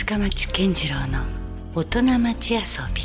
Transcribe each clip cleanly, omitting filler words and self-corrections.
深町健次郎の大人町遊び。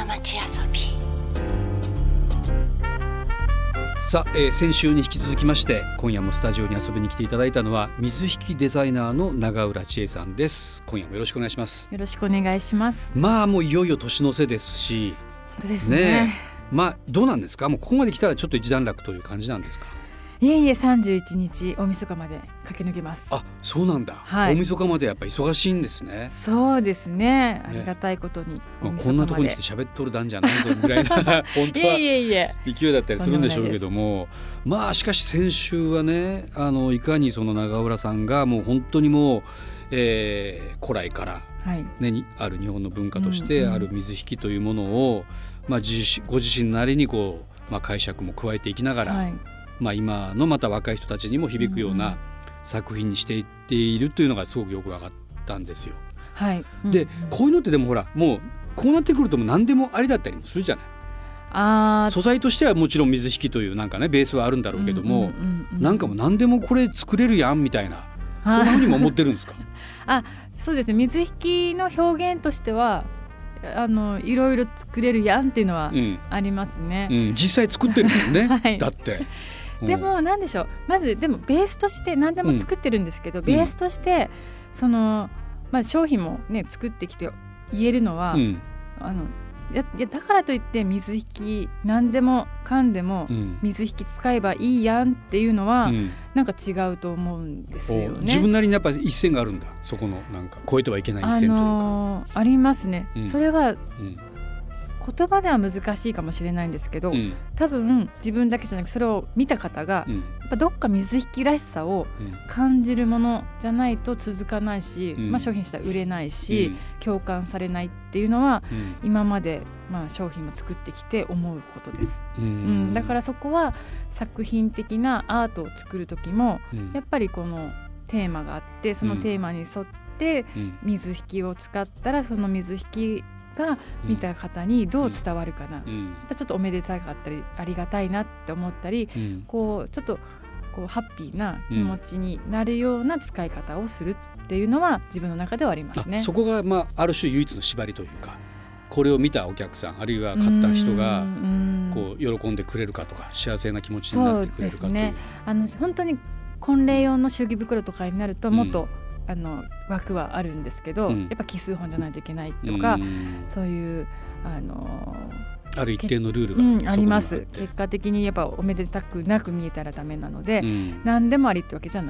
さあ、先週に引き続きまして今夜もスタジオに遊びに来ていただいたのは水引デザイナーの永浦千恵さんです。今夜もよろしくお願いします。 よろしくお願いします。 まあもういよいよ年の瀬ですし、 本当ですね。 まあどうなんですか、もうここまで来たらちょっと一段落という感じなんですか。 いえいえ、31日大晦日まで駆け抜けます。 あ、そうなんだ、 はい、 大晦日までやっぱり忙しいんですね。 そうですね、ありがたいことに、 こんなところに来て喋っとるだんじゃないぞぐらいな本当は勢いだったりするんでしょうけども、まあしかし先週はね、いかにその永浦さんがもう本当にもう、古来から、ね、ある日本の文化としてある水引というものを、まあ、ご自身なりにこう、まあ、解釈も加えていきながら、まあ、今のまた若い人たちにも響くような作品にしていっているというのがすごくよく分かったんですよ。でこういうのってでもほらもうこうなってくるともう何でもありだったりもするじゃない。素材としてはもちろん水引というなんかねベースはあるんだろうけども、なんかもう何でもこれ作れるやんみたいな、そんなふうにも思ってるんですか。 そうですね、水引の表現としてはいろいろ作れるやんっていうのはありますね。 実際作ってるもんね、だってでも何でしょう、まずでもベースとして何でも作ってるんですけど、ベースとしてその、まあ、商品もね作ってきて言えるのは、だからといって水引何でもかんでも水引使えばいいやんっていうのは、なんか違うと思うんですよね。 自分なりにやっぱり一線があるんだ、そこのなんか超えてはいけない一線というか、 ありますね、それは、言葉では難しいかもしれないんですけど、多分自分だけじゃなくそれを見た方が、やっぱどっか水引らしさを感じるものじゃないと続かないし、まあ、商品したら売れないし、共感されないっていうのは、今まで、まあ、商品も作ってきて思うことです。だからそこは作品的なアートを作る時も、やっぱりこのテーマがあって、そのテーマに沿って水引を使ったら、その水引が見た方にどう伝わるかな、ちょっとおめでたかったりありがたいなって思ったり、こうちょっとこうハッピーな気持ちになるような使い方をするっていうのは自分の中ではありますね。 そこが、まあ、ある種唯一の縛りというか、これを見たお客さんあるいは買った人がこう喜んでくれるかとか、幸せな気持ちになってくれるかという。そうですね、本当に婚礼用の祝儀袋とかになるともっと、枠はあるんですけど、やっぱ奇数本じゃないといけないとか、そういうある一定のルールがあります。結果的にやっぱおめでたくなく見えたらダメなので、何でもありってわけじゃない、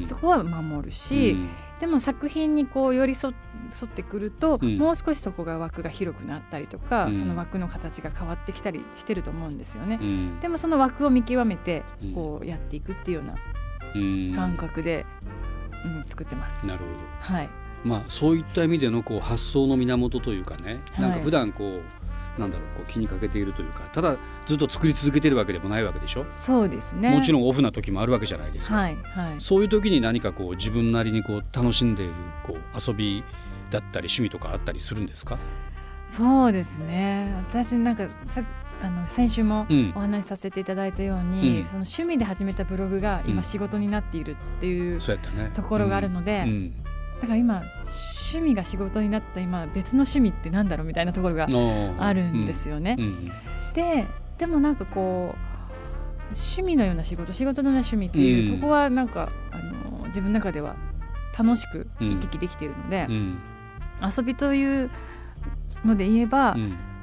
そこは守るし、でも作品にこう寄り添ってくると、もう少しそこが枠が広くなったりとか、その枠の形が変わってきたりしてると思うんですよね。でもその枠を見極めてこうやっていくっていうような感覚で作ってます。 なるほど、まあ、そういった意味でのこう発想の源というかね、なんか普段こうなんだろう、こう気にかけているというか、ただずっと作り続けてるわけでもないわけでしょ。 そうですね、 もちろんオフな時もあるわけじゃないですか、そういう時に何かこう自分なりにこう楽しんでいるこう遊びだったり趣味とかあったりするんですか。 そうですね、私なんか先週もお話しさせていただいたように、その趣味で始めたブログが今仕事になっているっていうところがあるので、だから今趣味が仕事になった今、別の趣味ってなんだろうみたいなところがあるんですよね。でもなんかこう趣味のような仕事のような趣味っていう、そこはなんか自分の中では楽しく行き来できているので、遊びというので言えば、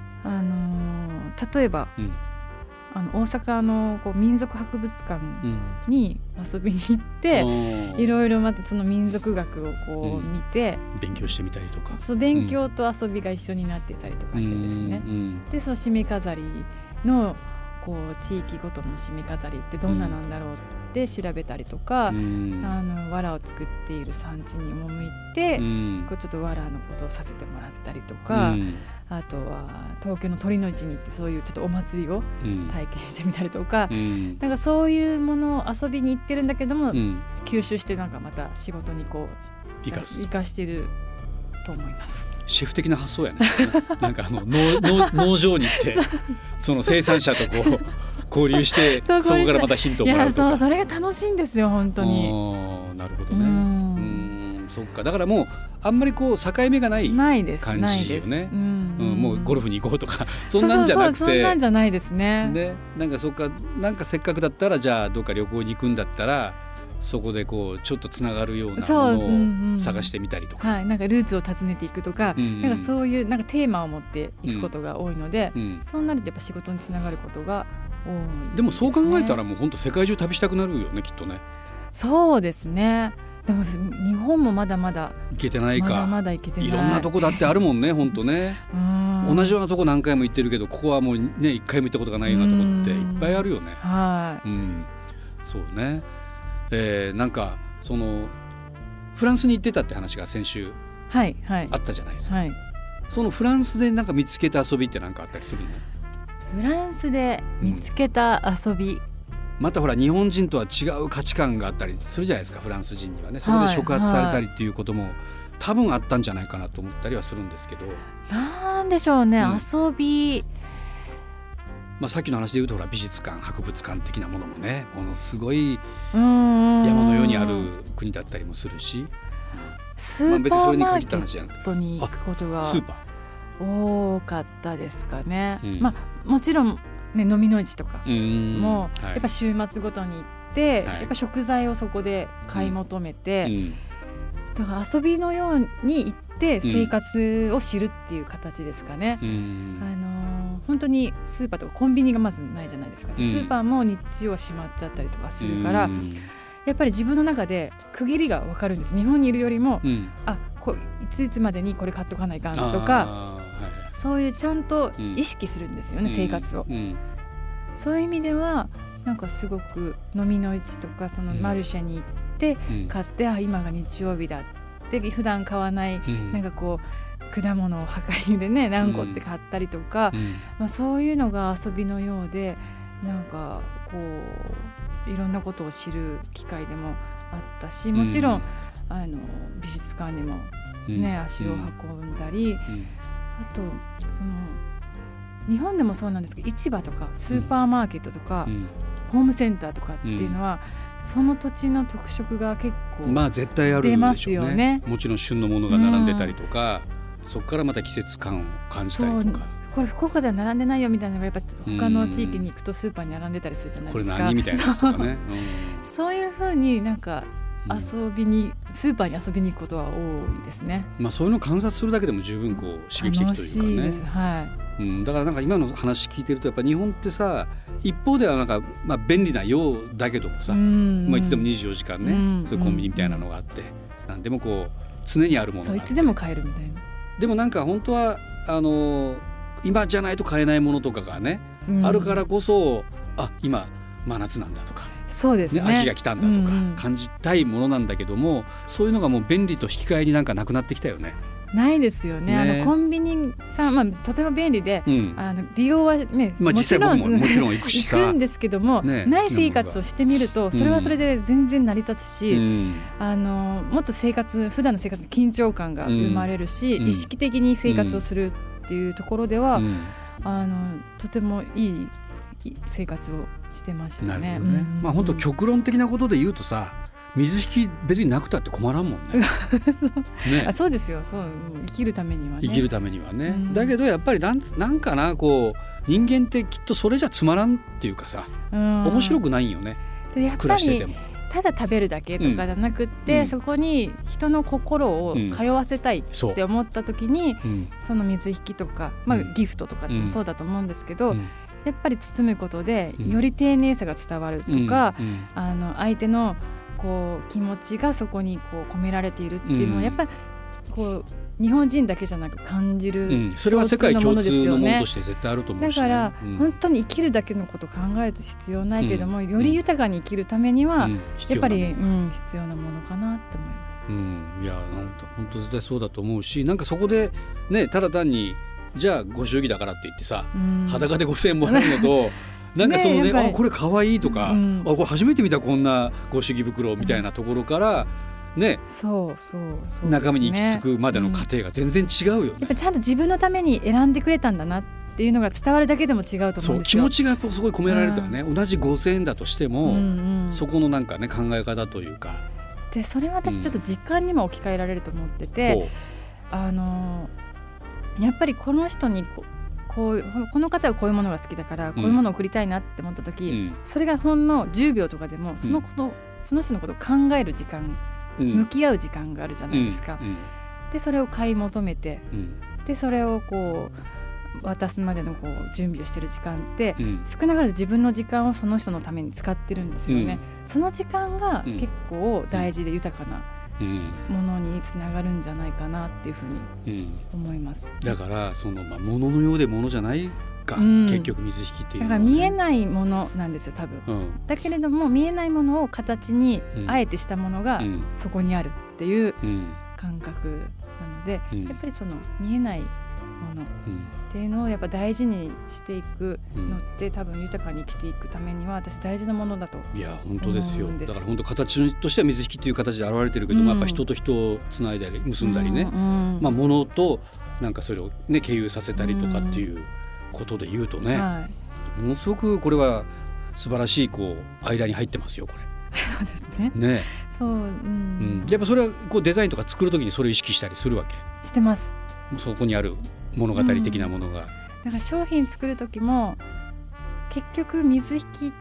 例えば、大阪のこう民族博物館に遊びに行って、いろいろまたその民族学をこう見て、 勉強してみたりとか、 そう勉強と遊びが一緒になってたりとかしてですね、でその締め飾りのこう地域ごとの締め飾りってどんななんだろうって調べたりとか、藁を作っている産地に赴いて、こうちょっと藁のことをさせてもらったりとか、あとは東京の鳥の市に行ってそういうちょっとお祭りを体験してみたりとか、なんかそういうものを遊びに行ってるんだけども、吸収してなんかまた仕事にこう生かしてると思います。 シェフ的な発想やねなんか農場に行ってその生産者とこう交流してそこからまたヒントをもらうとか。 それが楽しいんですよ本当に。 なるほどね。そっか、だからもうあんまりこう境目がない感じよね。もうゴルフに行こうとかそんなんじゃなくて、 そんなんじゃないですね。 でなんかなんかせっかくだったらじゃあどっか旅行に行くんだったらそこでこうちょっとつながるようなものを探してみたりとか、 はい、なんかルーツを訪ねていくとか、なんかそういうなんかテーマを持っていくことが多いので、そうなるとやっぱ仕事につながることが多いですね。 でもそう考えたらもう本当世界中旅したくなるよねきっとね。 そうですね。でも日本もまだまだ行けてないか。 まだ行けてない。 いろんなとこだってあるもんね本当ね。同じようなとこ何回も行ってるけどここはもうね一回も行ったことがないようなとこっていっぱいあるよね。 はい。 そうね。なんかそのフランスに行ってたって話が先週あったじゃないですか。はいはい、そのフランスでなんか見つけた遊びって何かあったりするの？ フランスで見つけた遊び、 またほら日本人とは違う価値観があったりするじゃないですか。フランス人にはねそこで触発されたりっていうことも、多分あったんじゃないかなと思ったりはするんですけど。 なんでしょうね、遊び、 さっきの話で言うとほら美術館博物館的なものもねものすごい山のようにある国だったりもするし、 スーパーマーケットに行くことが多かったですかね。もちろん、ね、飲みの市とかもやっぱ週末ごとに行って、やっぱ食材をそこで買い求めて、だから遊びのように行って生活を知るっていう形ですかね。本当にスーパーとかコンビニがまずないじゃないですか。スーパーも日曜は閉まっちゃったりとかするから、やっぱり自分の中で区切りが分かるんです。日本にいるよりも、いついつまでにこれ買っとかないかんとか、そういうちゃんと意識するんですよね、生活を。そういう意味ではなんかすごく飲みの市とかそのマルシェに行って買って、今が日曜日だって普段買わない、なんかこう果物を量りでね何個って買ったりとか、そういうのが遊びのようで、なんかこういろんなことを知る機会でもあったし、もちろん美術館にもね、足を運んだり、あとその日本でもそうなんですけど市場とかスーパーマーケットとか、ホームセンターとかっていうのは、その土地の特色が結構絶対あるでしょうね。 出ますよね。 もちろん旬のものが並んでたりとか、そこからまた季節感を感じたりとか。 これ福岡では並んでないよみたいなのがやっぱ他の地域に行くとスーパーに並んでたりするじゃないですか。 これ何みたいなやつとかね。 そういう風になんか遊びに、スーパーに遊びに行くことは多いですね。 そういうのを観察するだけでも十分こう刺激的というかね。楽しいです。だからなんか今の話聞いてるとやっぱ日本ってさ、一方ではなんか便利なようだけどもさ、いつでも24時間ね、そういうコンビニみたいなのがあって、なんでもこう常にあるものがあって、 いつでも買えるみたいな。 でもなんか本当は今じゃないと買えないものとかがね、あるからこそ今真夏なんだとか、 そうですね、 秋が来たんだとか感じたいものなんだけども、そういうのがもう便利と引き換えになんかなくなってきたよね。 ないですよね。コンビニさん、とても便利で、利用はね、もちろん行くしさ、 行くんですけども、ない生活をしてみるとそれはそれで全然成り立つし、もっと普段の生活に緊張感が生まれるし、意識的に生活をするっていうところでは、とてもいい生活をしてましたね。 本当極論的なことで言うとさ、水引き別になくたって困らんもんね。 そうですよ。生きるためにはね。 生きるためにはね。だけどやっぱりなんかな、こう人間ってきっとそれじゃつまらんっていうかさ、面白くないんよね。暮らしてても。 ただ食べるだけとかじゃなくって、そこに人の心を通わせたいって思った時に、その水引きとか、ギフトとかってもそうだと思うんですけど、やっぱり包むことでより丁寧さが伝わるとか、相手のこう気持ちがそこにこう込められているっていうのはやっぱりこう日本人だけじゃなく感じる、 それは世界共通のものとして絶対あると思うし、 だから本当に生きるだけのことを考えると必要ないけども、より豊かに生きるためにはやっぱり必要なものかなって思います。 いや本当絶対そうだと思うし、なんかそこでね、ただ単にじゃあご祝儀だからって言ってさ、裸で5000円もらうのとなんかそのね、これかわいいとか、これ初めて見たこんなご祝儀袋みたいなところからね、中身に行き着くまでの過程が全然違うよね。 やっぱちゃんと自分のために選んでくれたんだなっていうのが伝わるだけでも違うと思うんですよ。 気持ちがやっぱそこに込められるとね、同じ5000円だとしても、そこのなんかね考え方というか、 でそれは私ちょっと時間にも置き換えられると思ってて、やっぱりこの人にこの方はこういうものが好きだからこういうものを送りたいなって思った時、それがほんの10秒とかでもその人のことを考える時間、向き合う時間があるじゃないですか。でそれを買い求めて、でそれをこう渡すまでのこう準備をしてる時間って、少なからず自分の時間をその人のために使ってるんですよね。その時間が結構大事で豊かなものにつながるんじゃないかなっていうふうに思います。 だからその物のようで物じゃないか、結局水引っていうのは、ね、 だから見えないものなんですよ多分、だけれども見えないものを形にあえてしたものがそこにあるっていう感覚なので、やっぱりその見えないものっていうのをやっぱ大事にしていくのって、多分豊かに生きていくためには私大事なものだと思うんです。 いや本当ですよ。だから本当形としては水引っていう形で現れてるけども、やっぱ人と人をつないだり結んだりね、物となんかそれをね経由させたりとかっていうことで言うとね、ものすごくこれは素晴らしいこう間に入ってますよこれ。 そうですね。 ね、 そう、 やっぱそれはこうデザインとか作るときにそれを意識したりするわけ。 してます。 そこにある物語的なものが、 だから商品作る時も結局水引きって、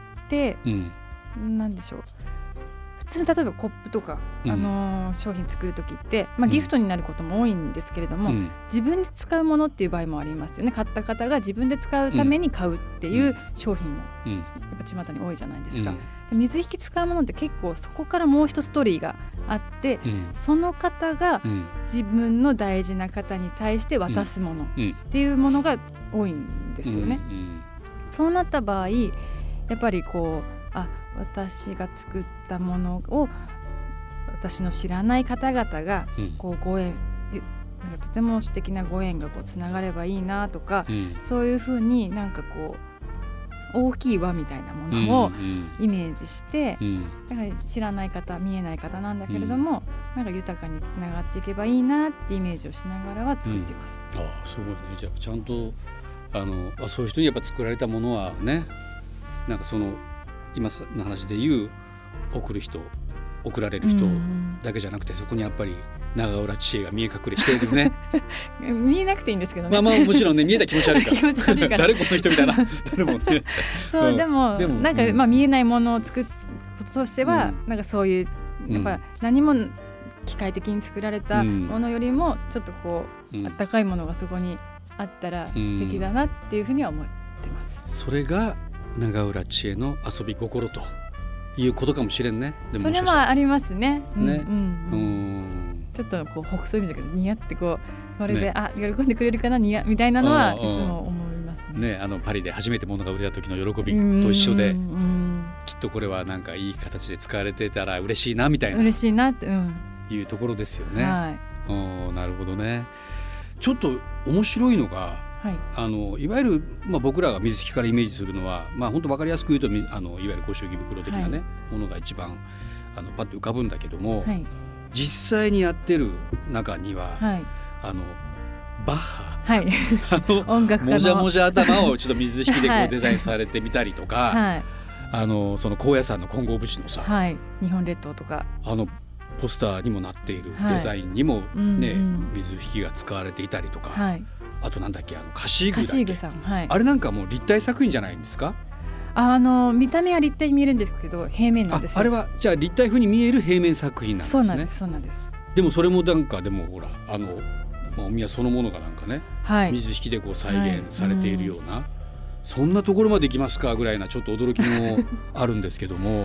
なんでしょう、普通に例えばコップとか、商品作る時って、ギフトになることも多いんですけれども、自分で使うものっていう場合もありますよね。買った方が自分で使うために買うっていう商品もやっぱ巷に多いじゃないですか。で水引き使うものって結構そこからもう一ストーリーがあって、その方が自分の大事な方に対して渡すものっていうものが多いんですよね。そうなった場合やっぱりこう私が作ったものを私の知らない方々がこうご縁、なんかとても素敵なご縁がこうつながればいいなとか、そういうふうになんかこう大きい輪みたいなものをイメージして、だから知らない方見えない方なんだけれども、なんか豊かにつながっていけばいいなってイメージをしながらは作っています。 すごいね。じゃあちゃんとそういう人にやっぱ作られたものはね、なんかその今の話で言う送る人送られる人だけじゃなくて、そこにやっぱり永浦知恵が見え隠れしているね。 見えなくていいんですけどね。 もちろんね、見えた気持ち悪いから誰この人みたいな誰もね。 そう、でもなんか見えないものを作ることとしては、なんかそういうやっぱ何も機械的に作られたものよりもちょっとこうあったかいものがそこにあったら素敵だなっていうふうには思ってます。 それが永浦知恵の遊び心ということかもしれんね。 でもそれはありますね。ちょっとこう北総意味だけど似合ってこれで、喜んでくれるかなみたいなのはいつも思いますね。 パリで初めて物が売れた時の喜びと一緒で、きっとこれはなんかいい形で使われてたら嬉しいなみたいな、 嬉しいなって、 いうところですよね。なるほどね。ちょっと面白いのが、いわゆる、僕らが水引きからイメージするのは、本当分かりやすく言うといわゆるご祝儀袋的なね、ものが一番パッと浮かぶんだけども、実際にやってる中には、バッハ、 音楽家のもじゃもじゃ頭をちょっと水引きでこうデザインされてみたりとか、その高野山の金剛淵のさ、 日本列島とかポスターにもなっているデザインにもね、水引きが使われていたりとか、あとなんだっけ、カシーグさん、あれなんかもう立体作品じゃないんですか？ 見た目は立体に見えるんですけど平面なんですよ。 あれはじゃあ立体風に見える平面作品なんですね。 そうなんです。 でもそれもなんかでもほらお宮そのものがなんかね、水引きでこう再現されているような、そんなところまでいきますかぐらいなちょっと驚きもあるんですけども、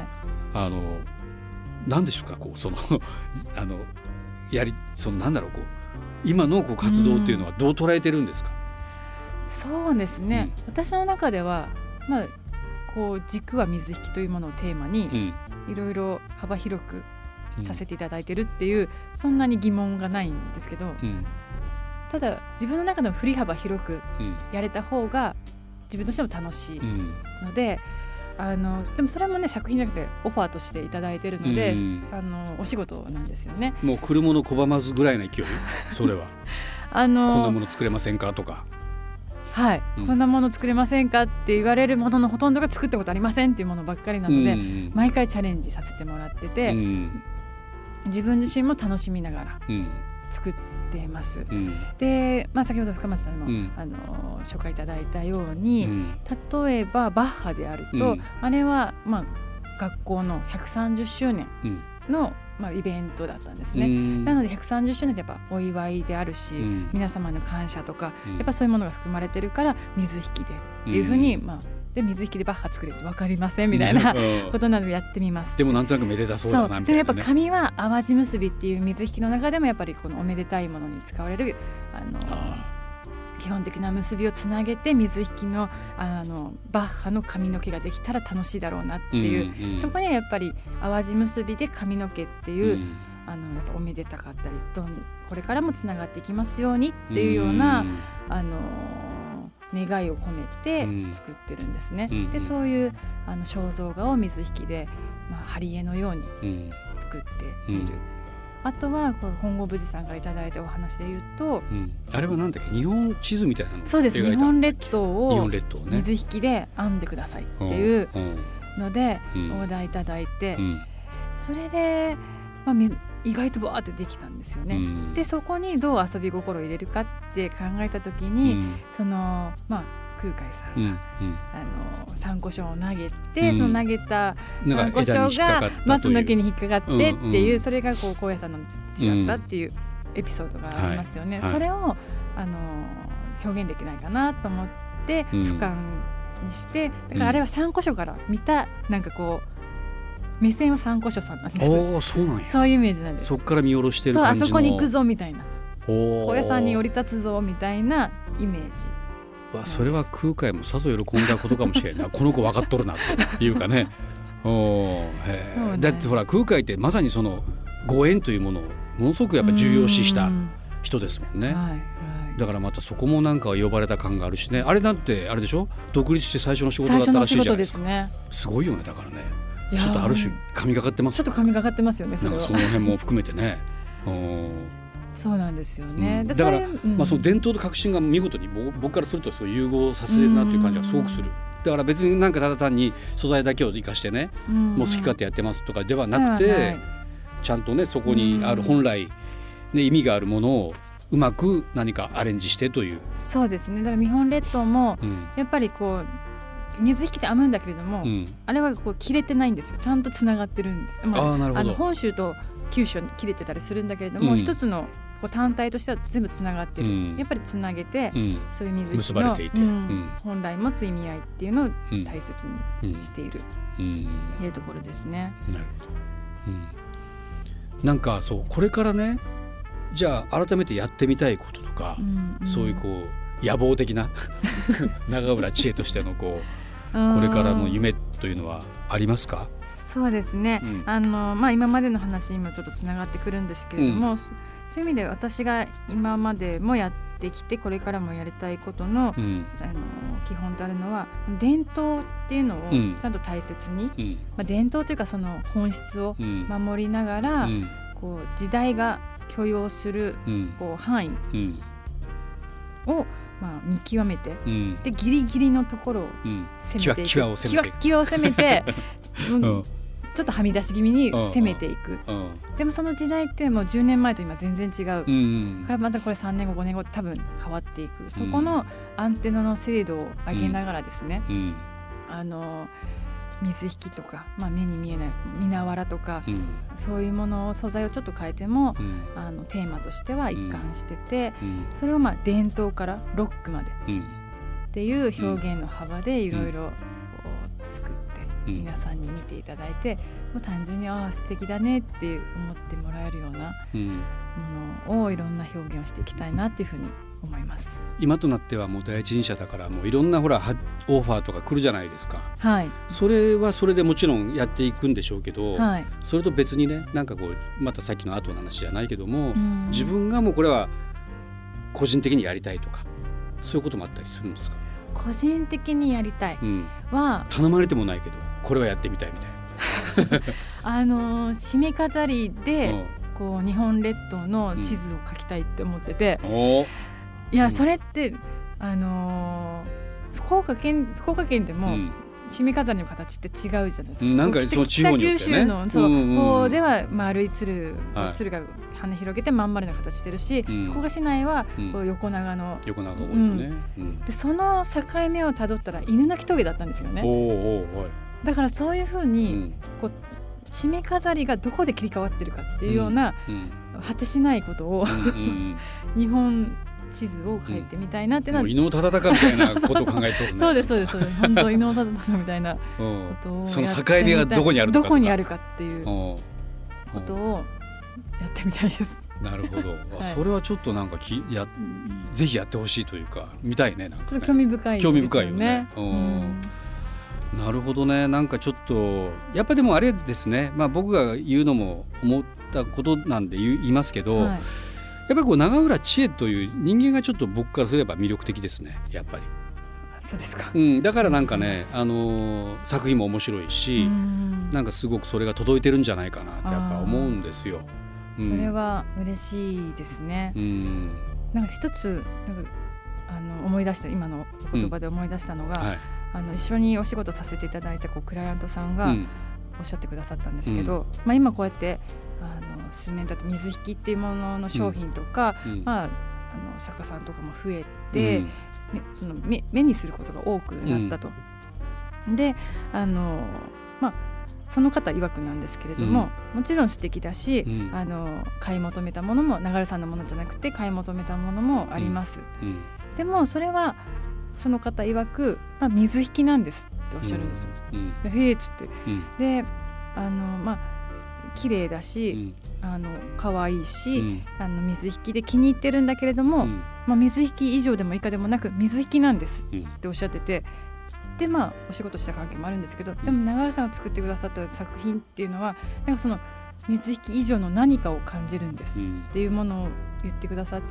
なんでしょうか、こうそのなんだろう、こう今のこう活動っていうのはどう捉えてるんですか？ そうですね、私の中では、こう軸は水引きというものをテーマに、いろいろ幅広くさせていただいてるっていう、そんなに疑問がないんですけど、ただ自分の中でも振り幅広くやれた方が自分としても楽しいので、でもそれもね作品じゃなくてオファーとしていただいてるので、お仕事なんですよね。 もう来るもの拒まずぐらいの勢いそれはこんなもの作れませんかとか、こんなもの作れませんかって言われるもののほとんどが作ったことありませんっていうものばっかりなので、毎回チャレンジさせてもらってて、 自分自身も楽しみながら作ってます、で、先ほど深松さんも、紹介いただいたように、例えばバッハであると、あれは、学校の130周年の、イベントだったんですね。なので130周年ってやっぱお祝いであるし、皆様の感謝とか、やっぱそういうものが含まれてるから水引きでっていうふうに、で水引きでバッハ作れるって分かりませんみたいなことなのでやってみます。 でもなんとなくめでたそうだなみたいな、ね、 でもやっぱ紙は淡路結びっていう水引きの中でもやっぱりこのおめでたいものに使われる基本的な結びをつなげて水引きの、バッハの髪の毛ができたら楽しいだろうなっていう、そこにはやっぱり淡路結びで髪の毛っていう、やっぱおめでたかったりこれからもつながっていきますようにっていうような、願いを込めて作ってるんですね。でそういう肖像画を水引きで、貼り絵のように作っている。あとは本郷武士さんからいただいたお話で言うと、 あれはなんだっけ、日本地図みたいなの。 そうです、日本列島を水引きで編んでくださいっていうのでオーダーいただいて、それで、意外とバーってできたんですよね。でそこにどう遊び心を入れるかって考えた時に、その空海さんが、参考書を投げて、その投げた参考書が松の木に引っかかってっていう、それがこう高野山の土だったっていうエピソードがありますよね。それを表現できないかなと思って俯瞰にして、だからあれは参考書から見たなんかこう目線は参考書さんなんです。 そうなんや。 そういうイメージなんです。 そっから見下ろしてる感じの、 あそこに行くぞみたいな、高野山に降り立つぞみたいなイメージ。 それは空海もさぞ喜んだことかもしれないこの子分かっとるなっていうかね。だってほら空海ってまさにそのご縁というものをものすごくやっぱ重要視した人ですもんね。だからまたそこもなんか呼ばれた感があるしね。あれだってあれでしょ、独立して最初の仕事だったらしいじゃないですか。すごいよね。だからね、ちょっとある種神がかってます。 ちょっと神がかってますよね。それはその辺も含めてね。 そうなんですよね。 だから、その伝統と革新が見事に僕からするとそう融合させるなっていう感じがすごくする。だから別になんかただ単に素材だけを生かしてね、もう好き勝手やってますとかではなくて、ちゃんとねそこにある本来、意味があるものをうまく何かアレンジしてという。 そうですね。だから日本列島もやっぱりこう水引きで編むんだけれども、あれはこう切れてないんですよ。ちゃんとつながってるんです。本州と九州は切れてたりするんだけれども、一つのこう単体としては全部つながってる、やっぱりつなげて、そういう水引きの本来持つ意味合いっていうのを大切にしているというところですね。 なるほど。なんかそうこれからね、じゃあ改めてやってみたいこととか、そういうこう野望的な永浦千恵としてのこれからの夢というのはありますか？ そうですね、今までの話にもちょっとつながってくるんですけれども、そういう意味で私が今までもやってきてこれからもやりたいことの、基本とあるのは伝統っていうのをちゃんと大切に、伝統というかその本質を守りながら、こう時代が許容するこう範囲を見極めて、でギリギリのところを攻めていく、際を攻めてちょっとはみ出し気味に攻めていく。でもその時代ってもう10年前と今全然違う、からまたこれ3年後5年後多分変わっていく。そこのアンテナの精度を上げながらですね、水引きとか、目に見えない稲とか、そういうものを素材をちょっと変えても、テーマとしては一貫してて、それを伝統からロックまでっていう表現の幅でいろいろ作って皆さんに見ていただいて、もう単純に素敵だねって思ってもらえるようなものをいろんな表現をしていきたいなっていうふうに思います。 今となってはもう第一人者だからもういろんなオファーとか来るじゃないですか。それはそれでもちろんやっていくんでしょうけど、それと別にね、なんかこうまたさっきの後の話じゃないけども、自分がもうこれは個人的にやりたいとかそういうこともあったりするんですか？ 個人的にやりたいは、 頼まれてもないけどこれはやってみたいみたいな締め飾りでこう日本列島の地図を描きたいって思ってて、いやそれって福岡県でも、 しめ飾りの形って違うじゃないですか。 なんかその地方によってね、北九州の方では丸い鶴が羽広げてまん丸な形してるし、福岡市内はこう横長が多いよね、でその境目をたどったら犬鳴峠だったんですよね。だからそういうふうにこうしめ飾りがどこで切り替わってるかっていうような果てしないことを日本地図を書いてみたいなっていうのは、 伊能忠敬みたいなことを考えてるね。 そうですそうです本当伊能忠敬みたいなことをその境目がどこにあるか、どこにあるかっていうことをやってみたいです。 なるほど、それはちょっとなんかぜひやってほしいというか見たいね。なんかね、 ちょっと興味深いですよね。 興味深いよね。なるほどね。なんかちょっとやっぱでもあれですね、僕が言うのも思ったことなんで言いますけど、やっぱりこう永浦千恵という人間がちょっと僕からすれば魅力的ですね、やっぱり。 そうですか。 だからなんかね、作品も面白いし、なんかすごくそれが届いてるんじゃないかなってやっぱ思うんですよ。 それは嬉しいですね。なんか一つなんか思い出した今の言葉で思い出したのが、一緒にお仕事させていただいたクライアントさんがおっしゃってくださったんですけど、今こうやって数年経って水引きっていうものの商品とか、作家さんとかも増えて、その 目にすることが多くなったと。でその方曰くなんですけれども、もちろん素敵だし、買い求めたものも永浦さんのものじゃなくて買い求めたものもあります、でもそれはその方曰く、水引きなんですっておっしゃるんですよ。でへえっつって、で綺麗だし、可愛いし、水引きで気に入ってるんだけれども、水引き以上でも以下でもなく水引きなんですっておっしゃってて、でお仕事した関係もあるんですけど、でも永浦さんが作ってくださった作品っていうのはなんかその水引き以上の何かを感じるんですっていうものを言ってくださって、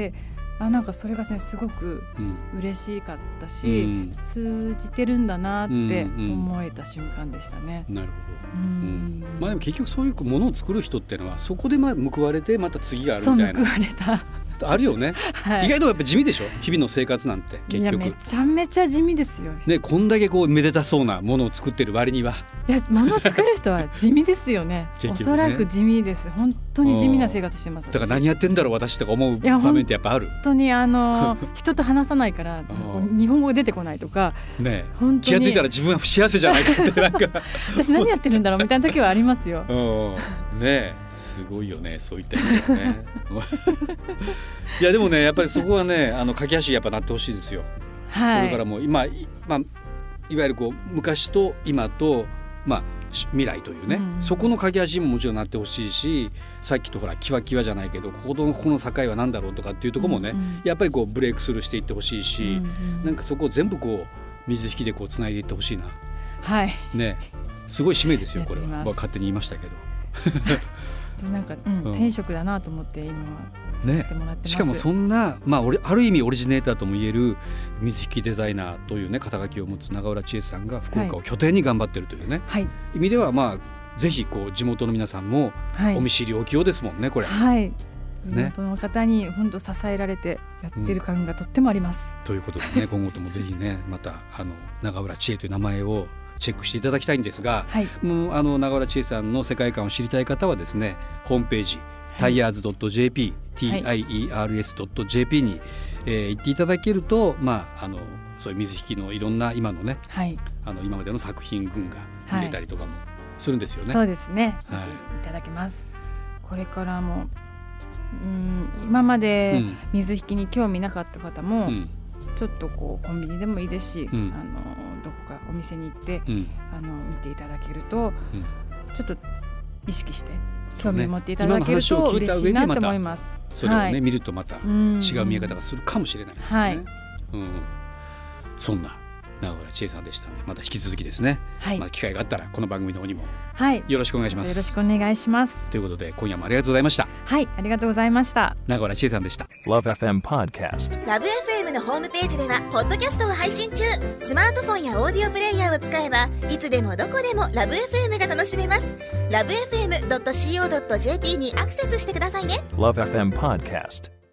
なんかそれがねすごく嬉しかったし、通じてるんだなって思えた瞬間でしたね。 なるほど。でも結局そういうものを作る人っていうのはそこで報われてまた次があるみたいな。 そう報われたあるよね、意外とやっぱ地味でしょ、日々の生活なんて結局。 いやめちゃめちゃ地味ですよね。こんだけこうめでたそうなものを作ってる割には、 いや物を作る人は地味ですよねおそらく地味です。本当に地味な生活してます。 だから何やってんだろう私とか思う場面ってやっぱある。 本当に人と話さないから日本語出てこないとか、 ね、本当に気がついたら自分は不幸せじゃないかってなんか私何やってるんだろうみたいな時はありますよ。 ね、すごいよね、そういった意味でねいやでもねやっぱりそこはね架け橋やっぱなってほしいですよ、これからも今、いわゆるこう昔と今と、未来というね、そこの架け橋ももちろんなってほしいし、さっきとほらキワキワじゃないけどここの境は何だろうとかっていうところもね、やっぱりこうブレイクスルーしていってほしいし、なんかそこを全部こう水引きでこうつないでいってほしいな。ね、すごい使命ですよこれは。勝手に言いましたけどなんか、天職だなと思って今はさせてもらってます。 しかもそんな、ある意味オリジネーターともいえる水引きデザイナーというね肩書きを持つ永浦千恵さんが福岡を拠点に頑張ってるというね、意味ではぜひこう地元の皆さんもお見知りおきようですもんねこれ。 地元の方に本当支えられてやってる感がとってもあります、 ということでね今後ともぜひねまた永浦千恵という名前をチェックしていただきたいんですが、もう永浦千恵さんの世界観を知りたい方はですねホームページ、tiers.jp tiers.jp に、行っていただけると、そういう水引きのいろんな今のね、今までの作品群が見れたりとかもするんですよね。 そうですね、いただけます。これからも今まで水引きに興味なかった方も、ちょっとこうコンビニでもいいですし、どこかお店に行って、見ていただけると、ちょっと意識して興味を持っていただけると嬉しいなと思います。 それをね、見るとまた違う見え方がするかもしれないですね。そんな永浦千恵さんでしたので、また引き続きですね、機会があったらこの番組の方にもよろしくお願いします。 よろしくお願いします。 ということで今夜もありがとうございました。 ありがとうございました。 永浦千恵さんでした。 LoveFM Podcast。 LoveFM のホームページではポッドキャストを配信中。スマートフォンやオーディオプレイヤーを使えばいつでもどこでも LoveFM が楽しめます。 LoveFM.co.jp にアクセスしてくださいね。 LoveFM Podcast。